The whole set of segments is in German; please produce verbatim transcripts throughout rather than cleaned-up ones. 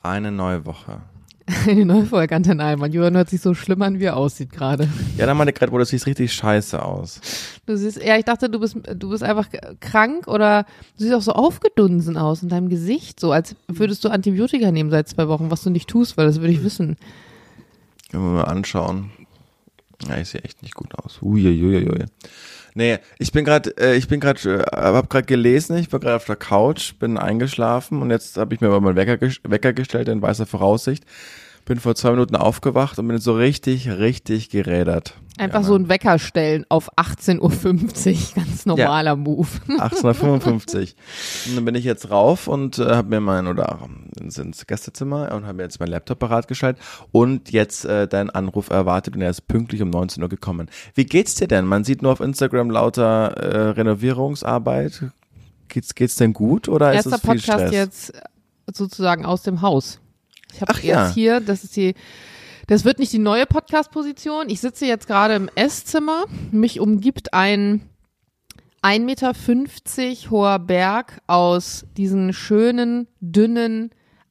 Eine neue Woche. Eine neue Folge Antenne Allmann. Jürgen hört sich so schlimm an, wie er aussieht gerade. Ja, dann meine gerade, wo das sieht richtig scheiße aus. Du siehst, ja, ich dachte, du bist, du bist einfach krank oder du siehst auch so aufgedunsen aus in deinem Gesicht, so als würdest du Antibiotika nehmen seit zwei Wochen, was du nicht tust, weil das würde ich wissen. Können wir mal anschauen. Ja, ich sehe echt nicht gut aus. Uiuiuiui. Nee, ich bin gerade, äh, ich bin gerade, äh, hab gerade gelesen, ich war gerade auf der Couch, bin eingeschlafen und jetzt habe ich mir mal meinen Wecker, ges- Wecker gestellt in weißer Voraussicht. Bin vor zwei Minuten aufgewacht und bin so richtig, richtig gerädert. Einfach ja, so einen Wecker stellen auf achtzehn Uhr fünfzig, ganz normaler ja. Move. achtzehn Uhr fünfundfünfzig. Und dann bin ich jetzt rauf und äh, habe mir mein, oder ins, ins Gästezimmer und habe mir jetzt mein Laptop parat geschaltet und jetzt äh, deinen Anruf erwartet und er ist pünktlich um neunzehn Uhr gekommen. Wie geht's dir denn? Man sieht nur auf Instagram lauter äh, Renovierungsarbeit. Geht's, geht's denn gut oder ist Erster es viel Podcast Stress? jetzt sozusagen aus dem Haus. Ich habe jetzt ja. hier, das ist die, das wird nicht die neue Podcast-Position. Ich sitze jetzt gerade im Esszimmer. Mich umgibt ein ein Meter fünfzig hoher Berg aus diesen schönen, dünnen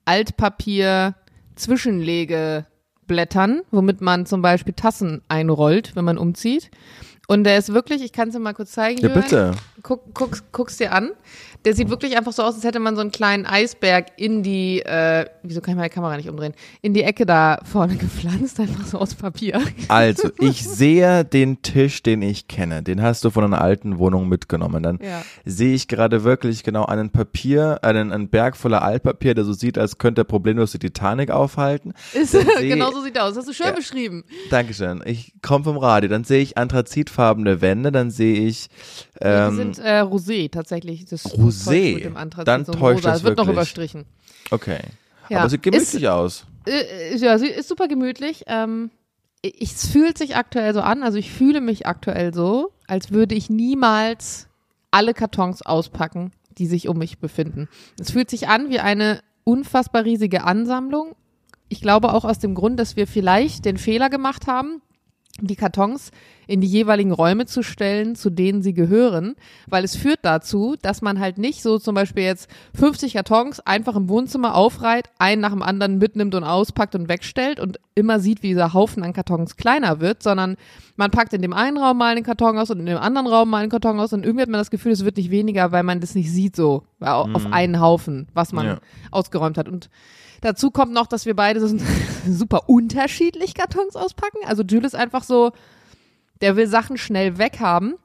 Altpapier-Zwischenlegeblättern, womit man zum Beispiel Tassen einrollt, wenn man umzieht. Und der ist wirklich, ich kann es dir mal kurz zeigen. Ja, Jürgen. bitte. Guck, guck's, guck's dir an. Der sieht wirklich einfach so aus, als hätte man so einen kleinen Eisberg in die, äh, wieso kann ich meine Kamera nicht umdrehen, in die Ecke da vorne gepflanzt, einfach so aus Papier. Also, ich sehe den Tisch, den ich kenne. Den hast du von einer alten Wohnung mitgenommen. Dann Ja. sehe ich gerade wirklich genau einen Papier, einen, einen Berg voller Altpapier, der so sieht, als könnte er problemlos die Titanic aufhalten. Ist, Dann sehe- genau so sieht er aus. Das hast du schön Ja. beschrieben. Dankeschön. Ich komme vom Radio. Dann sehe ich anthrazitfarbene Wände. Dann sehe ich Ja, die ähm, sind äh, Rosé tatsächlich. Das Rosé? täuscht mit dem Anthrazit, Dann so ein täuscht Rosa. das Es wird noch wirklich. überstrichen. okay. Ja. Aber sieht gemütlich aus. Äh, ja, sie ist super gemütlich. Ähm, ich, es fühlt sich aktuell so an, also ich fühle mich aktuell so, als würde ich niemals alle Kartons auspacken, die sich um mich befinden. Es fühlt sich an wie eine unfassbar riesige Ansammlung. Ich glaube auch aus dem Grund, dass wir vielleicht den Fehler gemacht haben, die Kartons in die jeweiligen Räume zu stellen, zu denen sie gehören, weil es führt dazu, dass man halt nicht so zum Beispiel jetzt fünfzig Kartons einfach im Wohnzimmer aufreiht, einen nach dem anderen mitnimmt und auspackt und wegstellt und immer sieht, wie dieser Haufen an Kartons kleiner wird, sondern man packt in dem einen Raum mal einen Karton aus und in dem anderen Raum mal einen Karton aus und irgendwie hat man das Gefühl, es wird nicht weniger, weil man das nicht sieht so auf einen Haufen, was man Ja. ausgeräumt hat. Und dazu kommt noch, dass wir beide so super unterschiedlich Kartons auspacken. Also Jules ist einfach so, der will Sachen schnell weghaben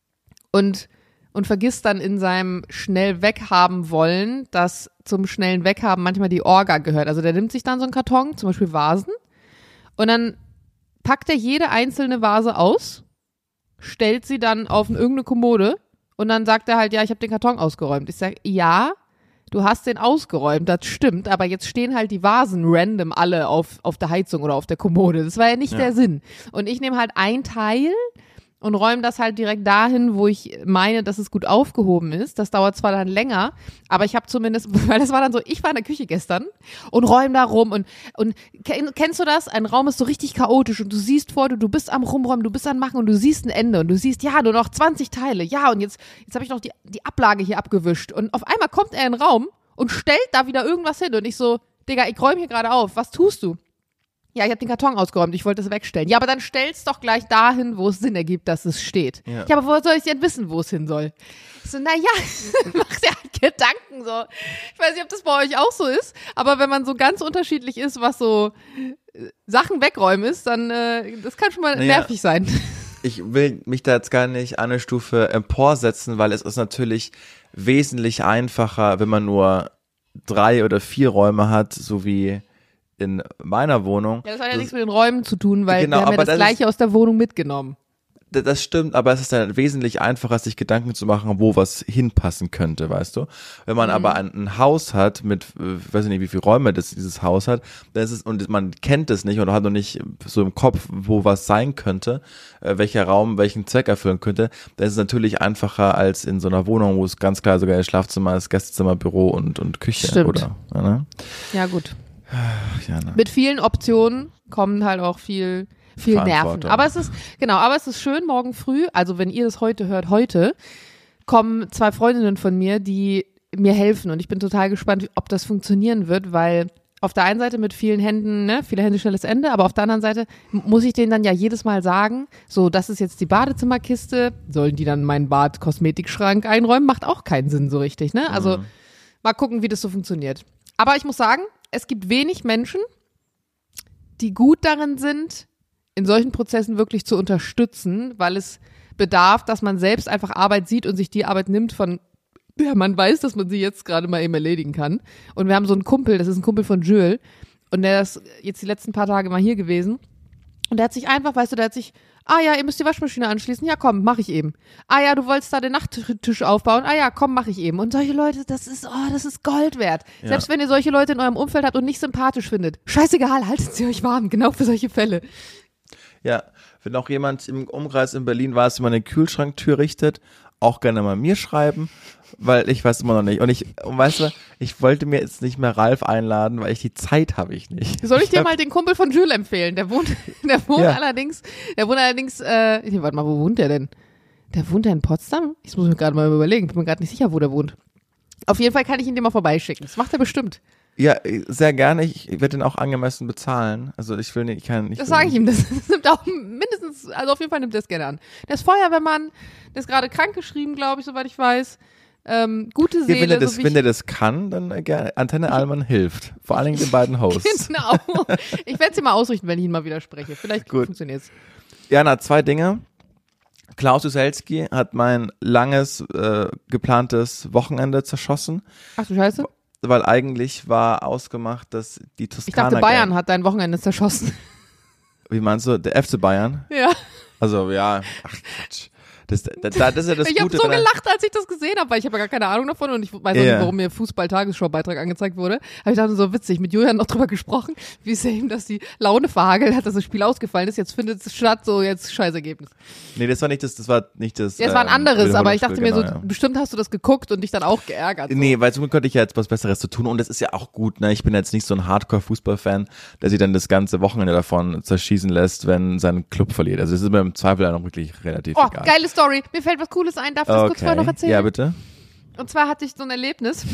und, und vergisst dann in seinem schnell weghaben wollen, dass zum schnellen Weghaben manchmal die Orga gehört. Also der nimmt sich dann so einen Karton, zum Beispiel Vasen, und dann packt er jede einzelne Vase aus, stellt sie dann auf irgendeine Kommode und dann sagt er halt, ja, ich habe den Karton ausgeräumt. Ich sage, ja, du hast den ausgeräumt, das stimmt, aber jetzt stehen halt die Vasen random alle auf, auf der Heizung oder auf der Kommode. Das war ja nicht Ja. der Sinn. Und ich nehme halt ein Teil und räume das halt direkt dahin, wo ich meine, dass es gut aufgehoben ist. Das dauert zwar dann länger, aber ich habe zumindest, weil das war dann so, ich war in der Küche gestern und räume da rum und, und kenn, kennst du das? Ein Raum ist so richtig chaotisch und du siehst vor dir, du bist am Rumräumen, du bist am Machen und du siehst ein Ende und du siehst, ja, nur noch zwanzig Teile, ja, und jetzt, jetzt habe ich noch die, die Ablage hier abgewischt und auf einmal kommt er in den Raum und stellt da wieder irgendwas hin und ich so, Digga, ich räume hier gerade auf, was tust du? Ja, ich habe den Karton ausgeräumt, ich wollte es wegstellen. Ja, aber dann stell's doch gleich dahin, wo es Sinn ergibt, dass es steht. Ja. Ja, aber woher soll ich denn wissen, wo es hin soll? Ich so, naja, mach dir halt Gedanken so. Ich weiß nicht, ob das bei euch auch so ist, aber wenn man so ganz unterschiedlich ist, was so äh, Sachen wegräumen ist, dann äh, das kann schon mal Naja. nervig sein. Ich will mich da jetzt gar nicht an eine Stufe emporsetzen, weil es ist natürlich wesentlich einfacher, wenn man nur drei oder vier Räume hat, so wie in meiner Wohnung. Ja, das hat ja nichts mit den Räumen zu tun, weil Genau, wir haben ja aber das das Gleiche aus der Wohnung mitgenommen. D- Das stimmt, aber es ist dann wesentlich einfacher, sich Gedanken zu machen, wo was hinpassen könnte, weißt du? Wenn man Mhm. aber ein, ein Haus hat mit, äh, ich weiß nicht, wie viele Räume das, dieses Haus hat, dann ist es, und man kennt es nicht oder hat noch nicht so im Kopf, wo was sein könnte, äh, welcher Raum welchen Zweck erfüllen könnte, dann ist es natürlich einfacher als in so einer Wohnung, wo es ganz klar sogar das Schlafzimmer ist, Gästezimmer, Büro und, und Küche. Stimmt. Oder, ja, ne? Ja, gut. Ach, ja, ne? Mit vielen Optionen kommen halt auch viel, viel Nerven. Verantwortung. Aber es ist, genau, aber es ist schön, morgen früh, also wenn ihr das heute hört, heute, kommen zwei Freundinnen von mir, die mir helfen und ich bin total gespannt, ob das funktionieren wird, weil auf der einen Seite mit vielen Händen, ne, viele Hände, schnelles Ende, aber auf der anderen Seite muss ich denen dann ja jedes Mal sagen, so, das ist jetzt die Badezimmerkiste, sollen die dann meinen Bad-Kosmetikschrank einräumen? Macht auch keinen Sinn so richtig, ne? Also Mhm. mal gucken, wie das so funktioniert. Aber ich muss sagen, es gibt wenig Menschen, die gut darin sind, in solchen Prozessen wirklich zu unterstützen, weil es bedarf, dass man selbst einfach Arbeit sieht und sich die Arbeit nimmt, von der man weiß, dass man sie jetzt gerade mal eben erledigen kann. Und wir haben so einen Kumpel, das ist ein Kumpel von Jules, und der ist jetzt die letzten paar Tage mal hier gewesen. Und der hat sich einfach, weißt du, der hat sich, ah ja, ihr müsst die Waschmaschine anschließen, ja komm, mach ich eben. Ah ja, du wolltest da den Nachttisch aufbauen, ah ja, komm, mach ich eben. Und solche Leute, das ist, oh, das ist Gold wert. Ja. Selbst wenn ihr solche Leute in eurem Umfeld habt und nicht sympathisch findet, scheißegal, haltet sie euch warm, genau für solche Fälle. Ja, wenn auch jemand im Umkreis in Berlin weiß, wie man eine Kühlschranktür richtet, auch gerne mal mir schreiben, weil ich weiß immer noch nicht. Und ich, und weißt du, ich wollte mir jetzt nicht mehr Ralf einladen, weil ich die Zeit habe ich nicht. Soll ich, ich dir hab, mal den Kumpel von Jules empfehlen? Der wohnt, der wohnt Ja. allerdings, der wohnt allerdings, äh, nee, warte mal, wo wohnt der denn? Der wohnt ja in Potsdam? Ich muss mir gerade mal überlegen, ich bin mir gerade nicht sicher, wo der wohnt. Auf jeden Fall kann ich ihn dir mal vorbeischicken. Das macht er bestimmt. Ja, sehr gerne. Ich werde den auch angemessen bezahlen. Also ich will nicht, ich kann nicht. Das sage ich ihm. Das, das nimmt auch mindestens, also auf jeden Fall nimmt er es gerne an. Der ist Feuerwehrmann, der ist gerade krankgeschrieben, glaube ich, soweit ich weiß. Ähm, gute Ja, Seele. wenn er das, so wie wenn ich- er das kann, dann äh, gerne. Antenne Allmann hilft. Vor allen Dingen den beiden Hosts. Genau. Ich werde es ihm mal ausrichten, wenn ich ihn mal wieder spreche. Vielleicht Gut. funktioniert es. Jana, zwei Dinge. Klaus Uselski hat mein langes, äh, geplantes Wochenende zerschossen, Ach du Scheiße. weil eigentlich war ausgemacht, dass die Ich Toskana. dachte, Bayern hat dein Wochenende zerschossen. Wie meinst du? Der F C Bayern? Ja. Also, ja. Ach, Quatsch. Das, das, das ist ja das Ich habe Gute. so wenn er- gelacht, als ich das gesehen habe, weil ich habe ja gar keine Ahnung davon und ich weiß auch Ja. nicht, warum mir Fußball-Tagesschau-Beitrag angezeigt wurde. Aber ich dachte so witzig, mit Julian noch drüber gesprochen, wie sehr ihm das die Laune verhagelt hat, dass das Spiel ausgefallen ist. Jetzt findet es statt, so jetzt scheiß Ergebnis. Nee, das war nicht das, das war nicht das. Ja, es war ein ähm, anderes, aber ich dachte mir so, Wiederholungsspiel, genau, ja. bestimmt hast du das geguckt und dich dann auch geärgert. So. Nee, weil somit könnte ich ja jetzt was Besseres zu tun und das ist ja auch gut, ne? Ich bin jetzt nicht so ein Hardcore-Fußball-Fan, der sich dann das ganze Wochenende davon zerschießen lässt, wenn sein Club verliert. Also es ist mir im Zweifel dann auch wirklich relativ Oh, egal. geile Story. Mir fällt was Cooles ein. Darf ich das kurz vorher noch erzählen? Ja, bitte. Und zwar hatte ich so ein Erlebnis.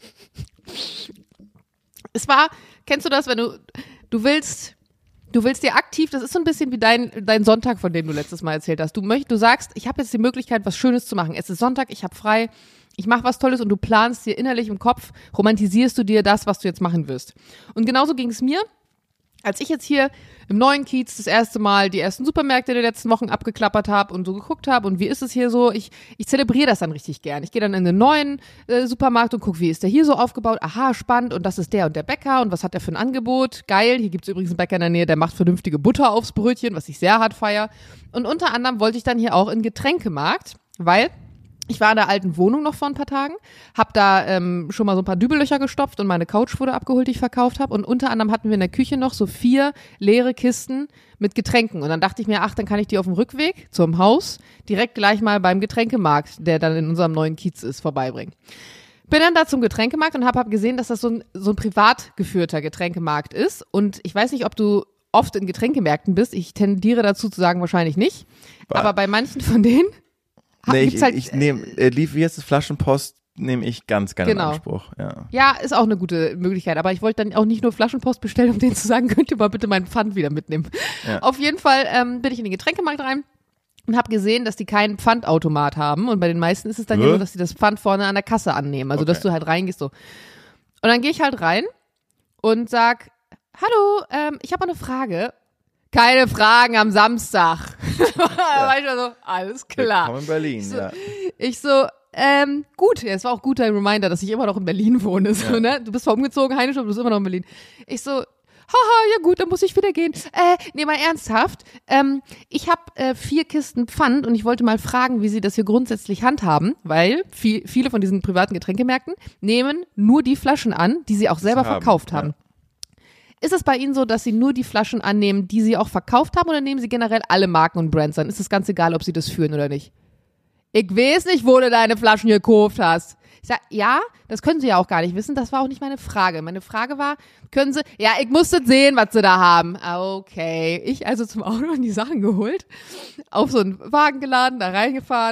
Es war, kennst du das, wenn du, du willst, du willst dir aktiv, das ist so ein bisschen wie dein, dein Sonntag, von dem du letztes Mal erzählt hast. Du möchtest, du sagst, ich habe jetzt die Möglichkeit, was Schönes zu machen. Es ist Sonntag, ich habe frei, ich mache was Tolles und du planst dir innerlich im Kopf, romantisierst du dir das, was du jetzt machen wirst. Und genauso ging es mir. Als ich jetzt hier im neuen Kiez das erste Mal die ersten Supermärkte der letzten Wochen abgeklappert habe und so geguckt habe und wie ist es hier so, ich, ich zelebriere das dann richtig gern. Ich gehe dann in den neuen äh, Supermarkt und gucke, wie ist der hier so aufgebaut. Aha, spannend, und das ist der und der Bäcker und was hat der für ein Angebot. Geil, hier gibt's übrigens einen Bäcker in der Nähe, der macht vernünftige Butter aufs Brötchen, was ich sehr hart feier. Und unter anderem wollte ich dann hier auch in den Getränkemarkt, weil ich war in der alten Wohnung noch vor ein paar Tagen, hab da ähm, schon mal so ein paar Dübellöcher gestopft und meine Couch wurde abgeholt, die ich verkauft habe. Und unter anderem hatten wir in der Küche noch so vier leere Kisten mit Getränken. Und dann dachte ich mir, ach, dann kann ich die auf dem Rückweg zum Haus direkt gleich mal beim Getränkemarkt, der dann in unserem neuen Kiez ist, vorbeibringen. Bin dann da zum Getränkemarkt und habe hab gesehen, dass das so ein, so ein privat geführter Getränkemarkt ist. Und ich weiß nicht, ob du oft in Getränkemärkten bist. Ich tendiere dazu zu sagen, wahrscheinlich nicht. Bah. Aber bei manchen von denen Nee, gibt's ich, halt, ich nehme, äh, lief, wie heißt das, Flaschenpost, nehme ich ganz gerne Genau. in Anspruch, ja. ja, ist auch eine gute Möglichkeit. Aber ich wollte dann auch nicht nur Flaschenpost bestellen, um denen zu sagen, könnt ihr mal bitte meinen Pfand wieder mitnehmen. Ja. Auf jeden Fall ähm, bin ich in den Getränkemarkt rein und habe gesehen, dass die keinen Pfandautomat haben. Und bei den meisten ist es dann Hä? ja so, dass die das Pfand vorne an der Kasse annehmen. Also, Okay. dass du halt reingehst so. Und dann gehe ich halt rein und sag, hallo, ähm, ich habe eine Frage. Keine Fragen am Samstag. Da war ich schon so, alles klar. Willkommen in Berlin, So, ja. Ich so, ähm, gut, ja, es war auch guter Reminder, dass ich immer noch in Berlin wohne. So, Ja. ne? Du bist zwar umgezogen, Heinisch, aber du bist immer noch in Berlin. Ich so, haha, ja gut, dann muss ich wieder gehen. Äh, nee, mal ernsthaft. Ähm, ich habe äh, vier Kisten Pfand und ich wollte mal fragen, wie sie das hier grundsätzlich handhaben, weil viel, viele von diesen privaten Getränkemärkten nehmen nur die Flaschen an, die sie auch selber haben, verkauft ja. haben. Ist es bei Ihnen so, dass Sie nur die Flaschen annehmen, die Sie auch verkauft haben, oder nehmen Sie generell alle Marken und Brands an? Ist es ganz egal, ob Sie das führen oder nicht? Ich weiß nicht, wo du deine Flaschen gekauft hast. Ich sag, ja, das können Sie ja auch gar nicht wissen. Das war auch nicht meine Frage. Meine Frage war, können Sie, ja, ich musste sehen, was Sie da haben. Okay. Ich also zum Auto und die Sachen geholt, auf so einen Wagen geladen, da reingefahren.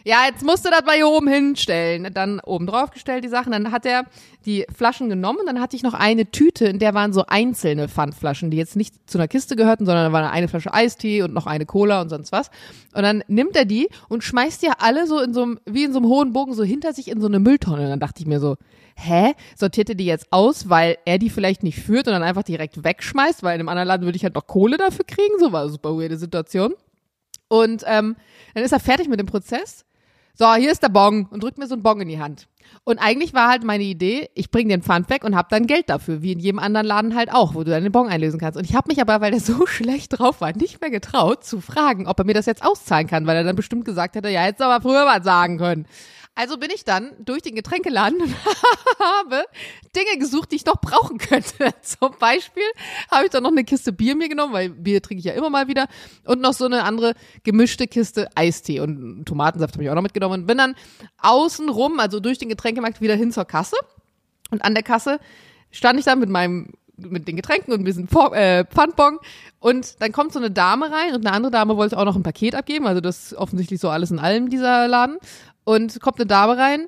Ja, jetzt musst du das mal hier oben hinstellen. Dann oben drauf gestellt die Sachen. Dann hat er die Flaschen genommen und dann hatte ich noch eine Tüte, in der waren so einzelne Pfandflaschen, die jetzt nicht zu einer Kiste gehörten, sondern da war eine Flasche Eistee und noch eine Cola und sonst was. Und dann nimmt er die und schmeißt die alle so in so einem, wie in so einem hohen Bogen so hinter sich in so eine Mülltonne. Und dann dachte ich mir so, hä? Sortiert er die jetzt aus, weil er die vielleicht nicht führt und dann einfach direkt wegschmeißt, weil in einem anderen Laden würde ich halt noch Kohle dafür kriegen. So war eine super weirde Situation. Und ähm, dann ist er fertig mit dem Prozess. So, hier ist der Bon und drückt mir so einen Bon in die Hand. Und eigentlich war halt meine Idee, ich bringe den Pfand weg und hab dann Geld dafür, wie in jedem anderen Laden halt auch, wo du dann den Bon einlösen kannst. Und ich habe mich aber, weil der so schlecht drauf war, nicht mehr getraut zu fragen, ob er mir das jetzt auszahlen kann, weil er dann bestimmt gesagt hätte, ja, hättest du aber früher was sagen können. Also bin ich dann durch den Getränkeladen und habe Dinge gesucht, die ich noch brauchen könnte. Zum Beispiel habe ich dann noch eine Kiste Bier mir genommen, weil Bier trinke ich ja immer mal wieder. Und noch so eine andere gemischte Kiste Eistee. Und Tomatensaft habe ich auch noch mitgenommen. Und bin dann außen rum, also durch den Getränkemarkt, wieder hin zur Kasse. Und an der Kasse stand ich dann mit meinem mit den Getränken und ein bisschen äh, Pfandbon. Und dann kommt so eine Dame rein und eine andere Dame wollte auch noch ein Paket abgeben. Also das ist offensichtlich so alles in allem, dieser Laden. Und kommt eine Dame rein,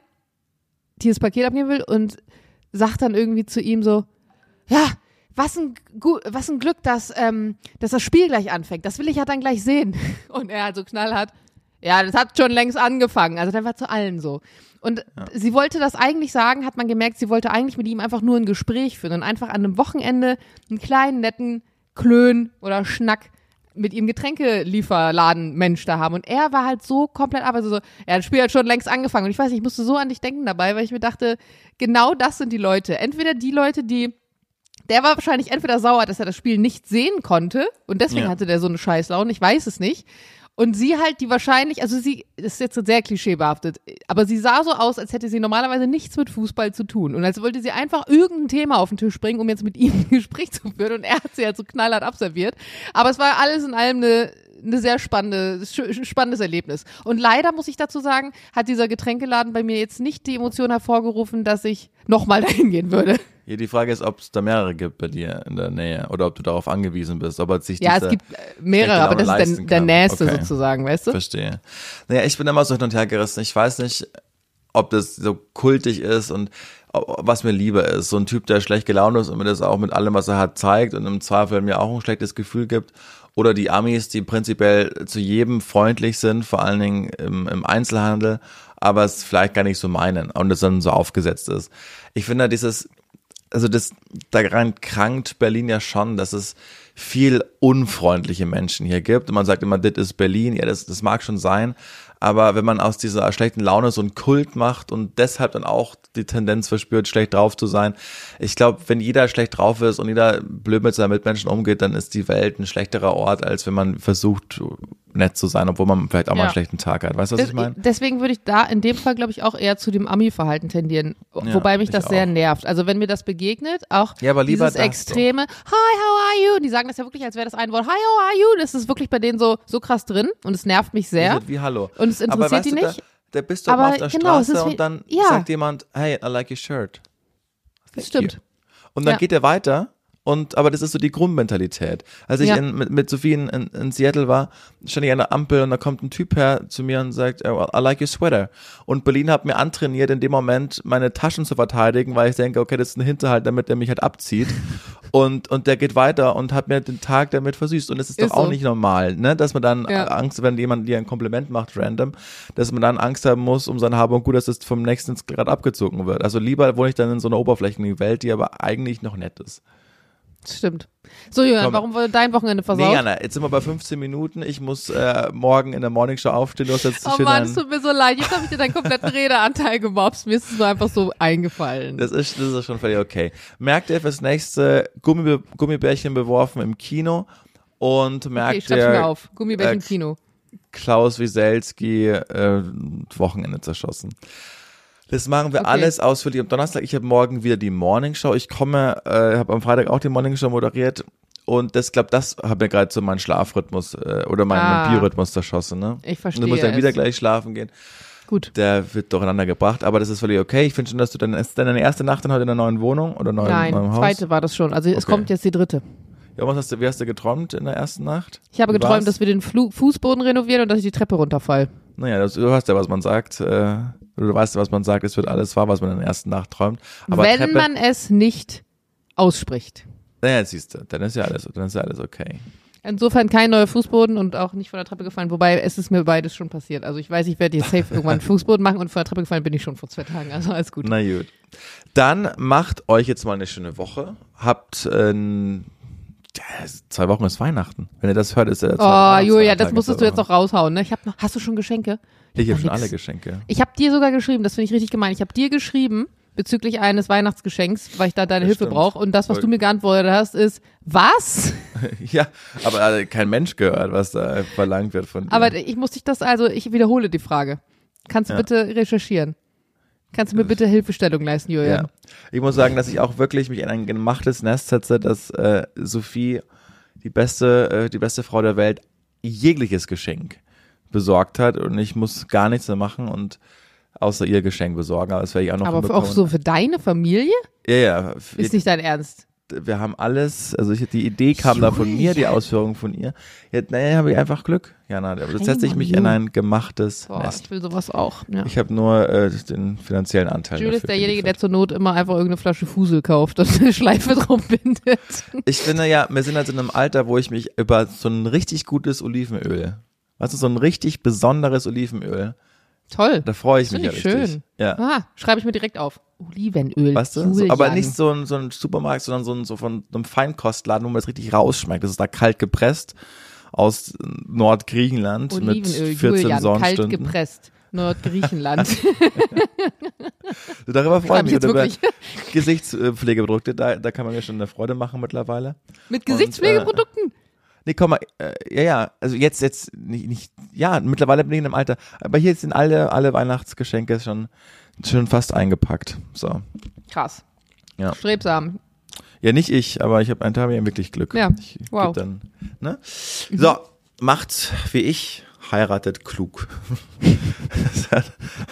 die das Paket abgeben will und sagt dann irgendwie zu ihm so, ja, was ein, was ein Glück, dass, ähm, dass das Spiel gleich anfängt. Das will ich ja dann gleich sehen. Und er halt so knallhart, ja, das hat schon längst angefangen. Also der war zu allen so. Und ja. Sie wollte das eigentlich sagen, hat man gemerkt, sie wollte eigentlich mit ihm einfach nur ein Gespräch führen und einfach an einem Wochenende einen kleinen, netten Klön oder Schnack mit ihm Getränkelieferladen-Mensch da haben. Und er war halt so komplett ab, also so, ja, das Spiel hat schon längst angefangen. Und ich weiß nicht, ich musste so an dich denken dabei, weil ich mir dachte, genau das sind die Leute. Entweder die Leute, die, der war wahrscheinlich entweder sauer, dass er das Spiel nicht sehen konnte und deswegen ja. hatte der so eine Scheißlaune, ich weiß es nicht. Und sie halt, die wahrscheinlich, also sie, das ist jetzt sehr klischeebehaftet, aber sie sah so aus, als hätte sie normalerweise nichts mit Fußball zu tun. Und als wollte sie einfach irgendein Thema auf den Tisch bringen, um jetzt mit ihm ein Gespräch zu führen. Und er hat sie halt so knallhart abserviert. Aber es war alles in allem eine, eine sehr spannende, spannendes Erlebnis. Und leider, muss ich dazu sagen, hat dieser Getränkeladen bei mir jetzt nicht die Emotion hervorgerufen, dass ich nochmal dahin gehen würde. Hier die Frage ist, ob es da mehrere gibt bei dir in der Nähe oder ob du darauf angewiesen bist, ob er sich Ja, es gibt mehrere, aber das ist der, der nächste okay. sozusagen, weißt du? Verstehe. Naja, ich bin immer so hin und her gerissen. Ich weiß nicht, ob das so kultig ist und was mir lieber ist. So ein Typ, der schlecht gelaunt ist und mir das auch mit allem, was er hat, zeigt und im Zweifel mir auch ein schlechtes Gefühl gibt. Oder die Amis, die prinzipiell zu jedem freundlich sind, vor allen Dingen im, im Einzelhandel, aber es vielleicht gar nicht so meinen und es dann so aufgesetzt ist. Ich finde dieses Also das, daran krankt Berlin ja schon, dass es viel unfreundliche Menschen hier gibt. Und man sagt immer, das ist Berlin. Ja, das, das mag schon sein. Aber wenn man aus dieser schlechten Laune so einen Kult macht und deshalb dann auch die Tendenz verspürt, schlecht drauf zu sein. Ich glaube, wenn jeder schlecht drauf ist und jeder blöd mit seinen Mitmenschen umgeht, dann ist die Welt ein schlechterer Ort, als wenn man versucht, nett zu sein, obwohl man vielleicht auch ja. mal einen schlechten Tag hat. Weißt du, was das, ich meine? Deswegen würde ich da in dem Fall, glaube ich, auch eher zu dem Ami-Verhalten tendieren. Ja, wobei mich das sehr auch. nervt. Also wenn mir das begegnet, auch ja, aber lieber dieses extreme, hi, how are you? Und die sagen das ja wirklich, als wäre das ein Wort, hi, how are you? Das ist wirklich bei denen so, so krass drin und es nervt mich sehr. Wie Hallo. Und es interessiert aber weißt die du, nicht. Da, da bist du aber auf der genau, Straße wie, und dann ja. sagt jemand, hey, I like your shirt. Das stimmt. You. Und dann ja. geht er weiter. Und, aber das ist so die Grundmentalität. Als ich ja. in, mit, mit Sophie in, in, in Seattle war, stand ich an der Ampel und da kommt ein Typ her zu mir und sagt, oh, I like your sweater. Und Berlin hat mir antrainiert, in dem Moment meine Taschen zu verteidigen, weil ich denke, okay, das ist ein Hinterhalt, damit der mich halt abzieht. Und, und der geht weiter und hat mir den Tag damit versüßt. Und es ist, ist doch auch so. nicht normal, ne, dass man dann ja. Angst, wenn jemand dir ein Kompliment macht, random, dass man dann Angst haben muss um sein Hab und Gut, dass es vom nächsten gerade abgezogen wird. Also lieber wohne ich dann in so einer oberflächlichen Welt, die aber eigentlich noch nett ist. Das stimmt. So, Julian, Komm. warum wurde dein Wochenende versaut? Nee, Anna, jetzt sind wir bei fünfzehn Minuten. Ich muss äh, morgen in der Morningshow aufstehen. Du hast jetzt oh Mann, es tut mir so leid. Jetzt habe ich dir deinen kompletten Redeanteil gemobst. Mir ist es nur einfach so eingefallen. Das ist, das ist schon völlig okay. Merkt ihr fürs nächste Gummi, Gummibärchen beworfen im Kino und merkt okay, ich ihr mir auf. Gummibärchen äh, im Kino. Klaus Wieselski äh, Wochenende zerschossen. Das machen wir okay. alles ausführlich am Donnerstag. Ich habe morgen wieder die Morningshow. Ich komme, äh, habe am Freitag auch die Morningshow moderiert und das, glaube das hat mir gerade so meinen Schlafrhythmus äh, oder meinen ah, Biorhythmus zerschossen. Ne? Ich verstehe. Und du musst dann es. wieder gleich schlafen gehen. Gut. Der wird durcheinander gebracht, aber das ist völlig okay. Ich finde schon, dass du dann, ist deine erste Nacht dann heute in einer neuen Wohnung oder neuen, Nein, neuem Haus? zweite war das schon. Also es okay. kommt jetzt die dritte. Ja, was hast du, wie hast du geträumt in der ersten Nacht? Ich habe wie geträumt, war's? dass wir den Flu- Fußboden renovieren und dass ich die Treppe runterfall. Naja, das, du hörst ja, was man sagt. Äh, du weißt ja, was man sagt. Es wird alles wahr, was man in der ersten Nacht träumt. Aber Wenn Treppe, man es nicht ausspricht. naja, siehst du, dann ist ja alles, dann ist ja alles okay. Insofern kein neuer Fußboden und auch nicht von der Treppe gefallen. Wobei, es ist mir beides schon passiert. Also ich weiß, ich werde jetzt safe irgendwann einen Fußboden machen und von der Treppe gefallen bin ich schon vor zwei Tagen. Also alles gut. Na gut. Dann macht euch jetzt mal eine schöne Woche. Habt äh, ja, zwei Wochen ist Weihnachten. Wenn ihr das hört, ist ja der Oh, Julia, das musstest du jetzt noch raushauen. Ne? Ich hab noch, hast du schon Geschenke? Ich habe hab schon nix. alle Geschenke. Ich habe dir sogar geschrieben, das finde ich richtig gemein. Ich habe dir geschrieben bezüglich eines Weihnachtsgeschenks, weil ich da deine Das Hilfe stimmt. brauche. Und das, was Voll. du mir geantwortet hast, ist, was? Ja, aber äh, kein Mensch gehört, was da verlangt wird von dir. Aber ich muss dich das, also ich wiederhole die Frage. Kannst du Ja. bitte recherchieren? Kannst du mir bitte Hilfestellung leisten, Julian? Ja. Ich muss sagen, dass ich auch wirklich mich in ein gemachtes Nest setze, dass äh, Sophie die beste, äh, die beste Frau der Welt jegliches Geschenk besorgt hat und ich muss gar nichts mehr machen und außer ihr Geschenk besorgen, aber das werde ich auch noch Aber hinbekommen. auch so für deine Familie? Ja, ja. Wir, Ist nicht dein Ernst. wir haben alles, also ich, die Idee kam da von mir, die Ausführung von ihr. Jetzt, naja, habe ich einfach Glück, Jana. Aber jetzt setze ich mich in ein gemachtes Boah, Nest. ich will sowas auch. Ja. Ich habe nur äh, den finanziellen Anteil Jules ist dafür derjenige, der geliefert. zur Not immer einfach irgendeine Flasche Fusel kauft und eine Schleife drum bindet. Ich finde ja, wir sind halt in einem Alter, wo ich mich über so ein richtig gutes Olivenöl, weißt du, so ein richtig besonderes Olivenöl, Toll. da freue ich mich Finde ja ich richtig. schön. Ja. Ah, schreibe ich mir direkt auf. Olivenöl. Weißt du? So, Julian. aber nicht so ein, so ein Supermarkt, sondern so, ein, so von einem Feinkostladen, wo man das richtig rausschmeckt. Das ist da kalt gepresst aus Nordgriechenland mit Olivenöl, vierzehn Julian, kalt Sonnenstunden. gepresst. Nordgriechenland. Darüber freue Schreib ich ich mich. jetzt Oder über wirklich. Gesichtspflegeprodukte, da, da kann man mir schon eine Freude machen mittlerweile. Mit Gesichtspflegeprodukten? Nee, komm mal, äh, ja, ja, also jetzt, jetzt, nicht, nicht, ja, mittlerweile bin ich in einem Alter, aber hier sind alle, alle Weihnachtsgeschenke schon, schon fast eingepackt, so. Krass. Ja. Strebsam. Ja, nicht ich, aber ich habe einen Tag ja wirklich Glück. Ja, Ich wow. geb Dann, ne? So, macht wie ich, heiratet klug. Das hat-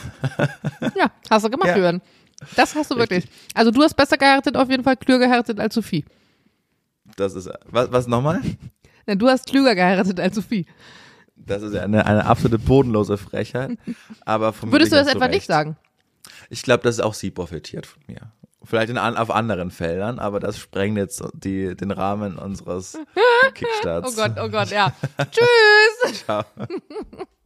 Ja, hast du gemacht, Ja. Julian. Das hast du wirklich. Also du hast besser geheiratet, auf jeden Fall klüger geheiratet als Sophie. das ist, was, was nochmal? Denn du hast klüger geheiratet als Sophie. Das ist ja eine, eine absolute bodenlose Frechheit. Aber von mir Würdest du das hast etwa recht. nicht sagen? Ich glaube, dass auch sie profitiert von mir. Vielleicht in, an, auf anderen Feldern, aber das sprengt jetzt die, den Rahmen unseres Kickstarts. Oh Gott, oh Gott, ja. Tschüss. Ciao.